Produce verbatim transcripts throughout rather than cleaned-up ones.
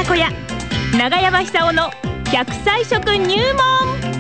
小屋、長山久夫のひゃくさい食入門。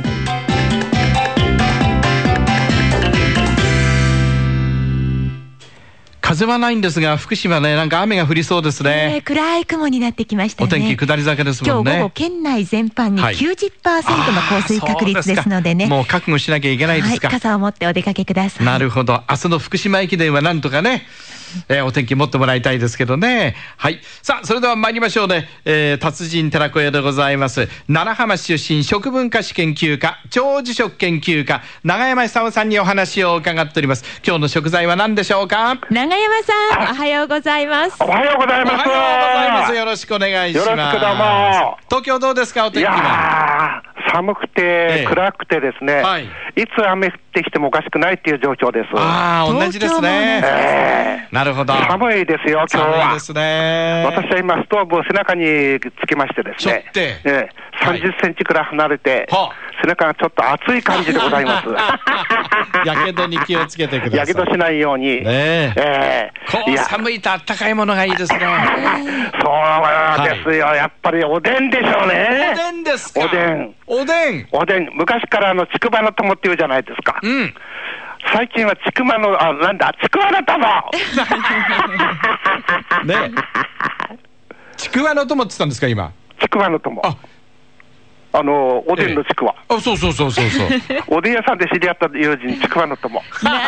風はないんですが、福島ね、なんか雨が降りそうですね、 えー、暗い雲になってきましたね。 お天気下り坂ですもんね。 今日午後県内全般に きゅうじゅっパーセント の降水確率ですのでね、 もう覚悟しなきゃいけないですか。 はい、傘を持ってお出かけください。 なるほど。明日の福島駅伝はなんとかね、えー、お天気持ってもらいたいですけどね。はい。さあ、それでは参りましょうね。えー、達人寺子屋でございます。奈良浜市出身、食文化史研究家、長寿食研究家、長山久夫さんにお話を伺っております。今日の食材は何でしょうか。 長山さん、おはようございます。 おはようございます。 おはようございます。よろしくお願いします。 よろしくどうも。 東京どうですか、お天気は。 いやー、寒くて、ええ、暗くてですね、はい、いつ雨降ってきてもおかしくないっていう状況です。 ああ、同じですね。 えー、 なるほど。 寒いですよ、今日は。 寒いですね。 私は今、ストーブを背中につけましてですね、 ちょって、 えー、さんじゅっセンチくらい離れて、はい、背中がちょっと熱い感じでございます。 やけどに気をつけてください。 やけどしないように。 ねえ。 えー、こう寒いとあったかいものがいいですね。 そうですよ、はい、やっぱりおでんでしょうね。 おでんですか。 おでん。 おでん。 おでん。昔からあの、ちくわの友っていうじゃないですか。 うん。 最近はちくわの、あ、なんだ、ちくわの友ねえ。ちくわの友って言ったんですか、今。 ちくわの友。 ああの、おでんのちくわ。 ええ、あ、そうそうそうそうそう。 おでん屋さんで知り合った友人、ちくわの友。 なる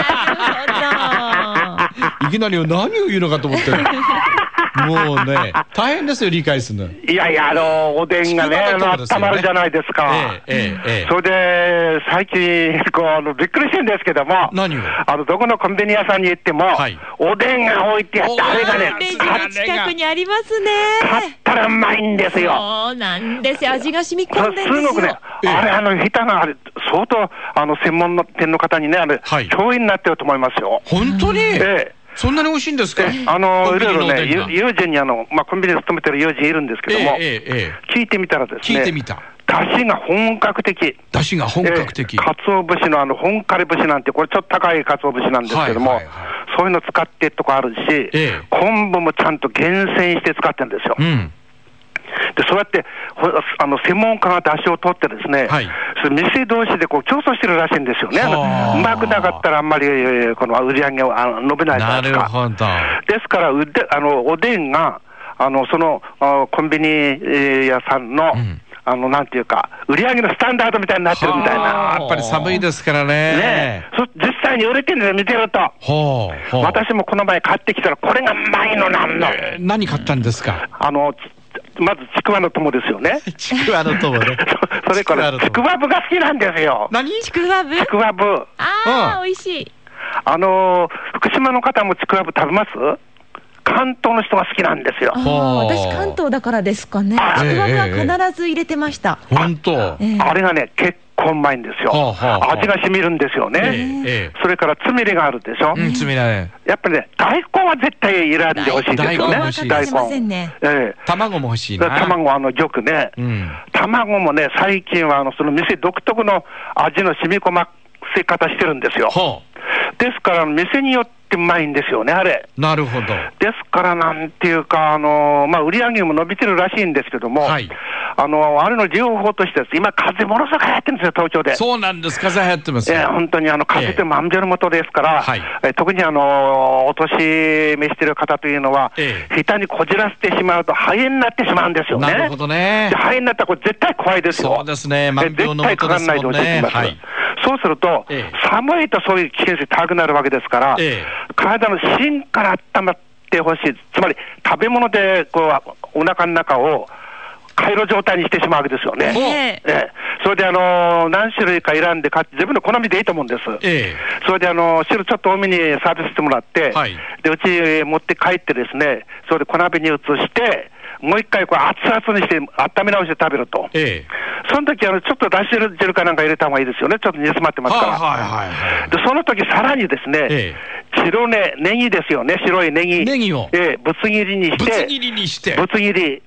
ほど。 いきなり何を言うのかと思ってる。もうね、大変ですよ、理解するの。 いやいや、あの、おでんがね、あの、温まるじゃないですか。 ええ、ええ。 それで、最近、こう、あの、びっくりしてるんですけども、 何をあの、どこのコンビニ屋さんに行っても、はい、おでんが置いてあって、あれがね、 レジの近くにありますね。 買ったらうまいんですよ。 そうなんですよ。味が染み込んでるんですよ。 すごくね、あれ、あの、下手な、あれ、相当、あの、専門の店の方にね、あれ、はい、教員になってると思いますよ。 本当に？ ええ。 そんなに美味しいんですか？ あの、いろいろね、友人にあの、まあ、コンビニで勤めてる友人いるんですけども、 ええええ、 聞いてみたらですね、 聞いてみた。 だしが本格的。 だしが本格的。 えー、かつお節のあの、本枯れ節なんて、これちょっと高いかつお節なんですけども、はいはいはい、そういうの使ってるとこあるし、ええ、昆布もちゃんと厳選して使ってるんですよ。うん、でそうやってあの専門家が出汁を取ってですね、はい、そ店同士でこう競争してるらしいんですよね。うまくなかったらあんまりこの売り上げは伸びないじゃないですか。 なるほど。 ですからうであのおでんがあのそのコンビニ屋さんの、うん、あのなんていうか売り上げのスタンダードみたいになってるみたいな。 やっぱり寒いですからね。 ねそ実際に売れてるんですよ、見てると。 ほうほう。 私もこの前買ってきたらこれがうまいのなんの、 えー、何買ったんですか？ あのまずちくわの友ですよね。 ちくわの友ね。 それからちくわぶが好きなんですよ。 何？ ちくわぶ？ ちくわぶ。 ああ、美味しい。 あの福島の方もちくわぶ食べます？関東の人が好きなんですよ。 私関東だからですかね。ちくわぶは必ず入れてました。 本当。 あれがね結構うまいんですよ。はあはあ、味が染みるんですよね。えー、それからつみれがあるでしょ。 うん、つみれ。 やっぱりね大根は絶対選んでほしいですよね。 大根。大根。 えー、 卵も欲しいな。 卵あの玉ね、うん。卵もね最近はあのその店独特の味の染み込ませ方してるんですよ。はあ、ですから店によってうまいんですよね、あれ。 なるほど。 ですからなんていうか、あのー、まあ、売り上げも伸びてるらしいんですけども、はい、あのー、あれの利用法としてです、今、風ものすごく流行ってるんですよ、東京で。 そうなんです、風流行ってますよ。 えー、本当にあの風ってまんじゅる元ですから、えーえー、特にあのー、お年召してる方というのは、えー、下手にこじらせてしまうと肺炎になってしまうんですよね。 なるほどね。 で肺炎になったらこれ絶対怖いですよ。 そうですね、万病の元ですもんね。絶対かかんないでほしいと思います。はい、 そうすると、えー、寒いとそういう危険性高くなるわけですから、えー、体の芯から温まってほしい。つまり食べ物でこうお腹の中を回路状態にしてしまうわけですよね。えーえー、それであのー、何種類か選んで自分の好みでいいと思うんです。えー、それであのー、汁ちょっと多めにサービスしてもらって、はい、でうち持って帰ってですね、それで小鍋に移してもう一回こう熱々にして温め直して食べると、ええ、その時あのちょっとだし汁かなんか入れた方がいいですよね。ちょっと煮詰まってますから、はいはいはい、でその時さらにですね、ええ、白ねネギですよね。白いネギネギを、 ええ、ぶつ切りにしてぶつ切りにしてぶつ切り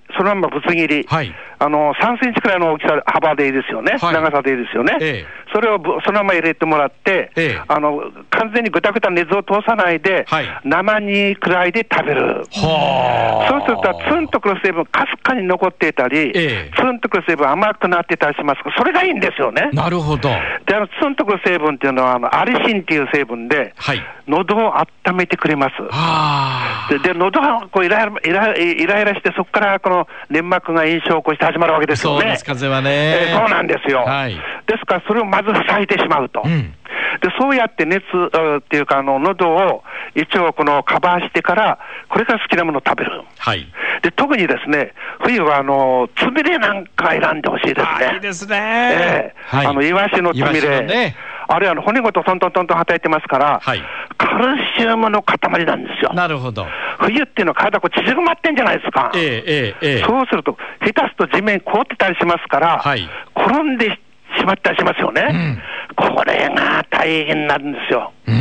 そのままぶつ切り、はい、あのさんセンチくらいの大きさ、幅でいいですよね、はい、長さでいいですよね、ええ、それをそのまま入れてもらって、ええ、あの完全にぐたぐた熱を通さないで、はい、生煮くらいで食べる。はそうすると、ツンとくる成分、かすかに残っていたり、ええ、ツンとくる成分、甘くなってたりしますから、それがいいんですよね。 なるほど。 で、あのツンとくる成分っていうのは、あのアリシンっていう成分で、はい、喉を温めてくれます。はで、で喉がこうイライライライラして、そこからこの粘膜が炎症を起こして始まるわけですよね。 そうです、風邪はね、 えー、そうなんですよ、はい、ですからそれをまず塞いでしまうと、うん、でそうやって熱っていうかあの喉を一応このカバーしてからこれから好きなものを食べる、はい、で特にですね冬はあのつみれなんか選んでほしいですね。 いいですね、 えーはい、あのイワシのつみれ、ね、あれあの骨ごとトントントンとはたいてますから、はい、カルシウムの塊なんですよ。 なるほど。 冬っていうのは体こう縮まってんじゃないですか、ええええ、そうすると下手すと地面凍ってたりしますから、はい、転んでしまったりしますよね、うん、これが大変なんですよ、うん、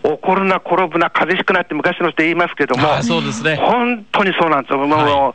怒るな転ぶな風邪ひくなって昔の人言いますけども、 そうですね、 本当にそうなんですよ。もう、はい、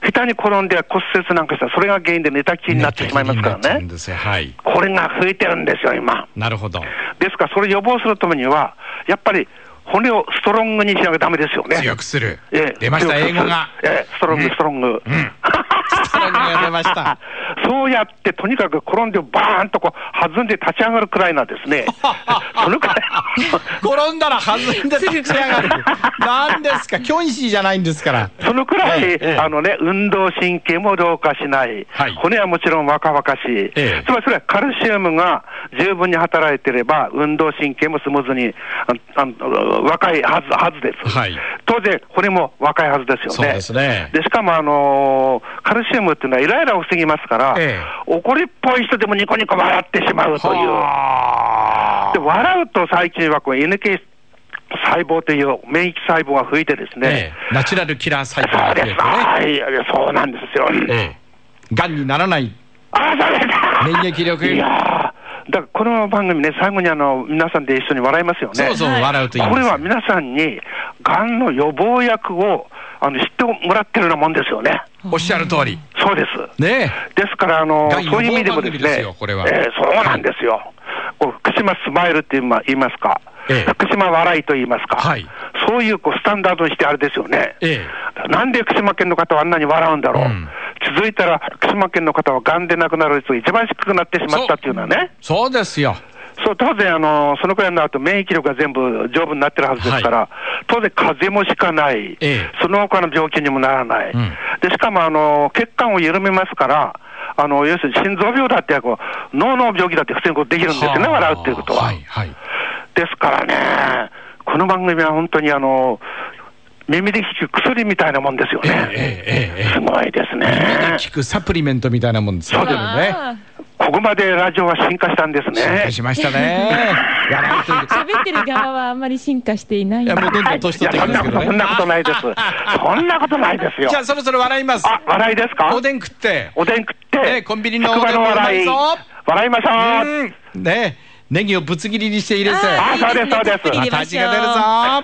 下手に転んで骨折なんかしたらそれが原因で寝たきりになってしまいますからね、はい、これが増えてるんですよ今。 なるほど。 ですからそれ予防するためにはやっぱり骨をストロングにしなきゃダメですよね。 強くする、ええ、出ました英語が、 ええ、ストロング、うん、ストロング、うん、 ストロングが出ましたそうやってとにかく転んでバーンとこう弾んで立ち上がるくらいなんですねそのくらい転んだら弾んで立ち上がるなんですか、キョンシーじゃないんですから。 そのくらい、ええ、あのね、運動神経も老化しない、はい、骨はもちろん若々しい、ええ、つまりそれはカルシウムが十分に働いていれば運動神経もスムーズにああ若いはず、はずです、はい、当然骨も若いはずですよね。 そうですね。 でしかも、あのー、カルシウムっていうのはイライラを防ぎますから、ええ、怒りっぽい人でもニコニコ笑ってしまうという。で笑うと最近はこう エヌケー 細胞という免疫細胞が増えてですね、ええ、ナチュラルキラー細胞が増えて、ね、 そうです、はい、そうなんですよ、ええ、がんにならないあそうです免疫力。 いやだからこの番組ね、最後にあの皆さんで一緒に笑いますよね。 そうそう、笑うといいんですよ。 これは皆さんにがんの予防薬をあの知ってもらってるようなもんですよね。 おっしゃる通り。 そうです。ね、ですからあのそういう意味でもですね、これはえー、そうなんですよ。こう福島スマイルって言いますか、ええ、福島笑いと言いますか、はい、そういうこうスタンダードにしてあれですよね、ええ、なんで福島県の方はあんなに笑うんだろう、うん、続いたら福島県の方はがんで亡くなる率が一番低くなってしまったっていうのはね。 そ, そうですよ。 そう当然あのそのくらいになると免疫力が全部丈夫になってるはずですから、はい、当然風邪もひかない、ええ、その他の病気にもならない、うん、でしかもあの血管を緩めますから、あの要するに心臓病だってこう脳の病気だって普通にこうできるんですよね、笑うっていうことは、はいはい、ですからね、この番組は本当にあの耳で効く薬みたいなもんですよね、ええええ、すごいですね。 耳で効くサプリメントみたいなもんですよね。そうですね。 ここまでラジオは進化したんですね。 進化しましたね喋ってる側はあんまり進化していない。いやもうどんどん年取ってきますけどね。 そんなことないですそんなことないですよ。 じゃあそろそろ笑います。 あ、笑いですか。 おでん食っておでん食って、 ね、コンビニのおでんもうまいぞ。 笑いましょう。 ね、ネギをぶつ切りにして入れて、 あ、そうですそうです。 また味が出るぞあ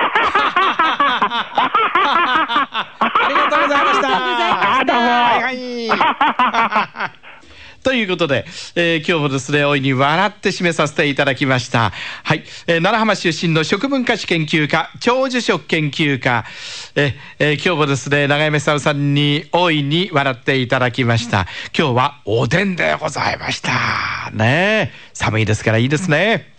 りがとうございました。 あ、どうも。 はいはいということで、えー、今日もですね、大いに笑って締めさせていただきました。はい、えー、奈良浜出身の食文化史研究家、長寿食研究家、えーえー、今日もですね、永山久夫さんに大いに笑っていただきました。今日はおでんでございました。ね、寒いですからいいですね。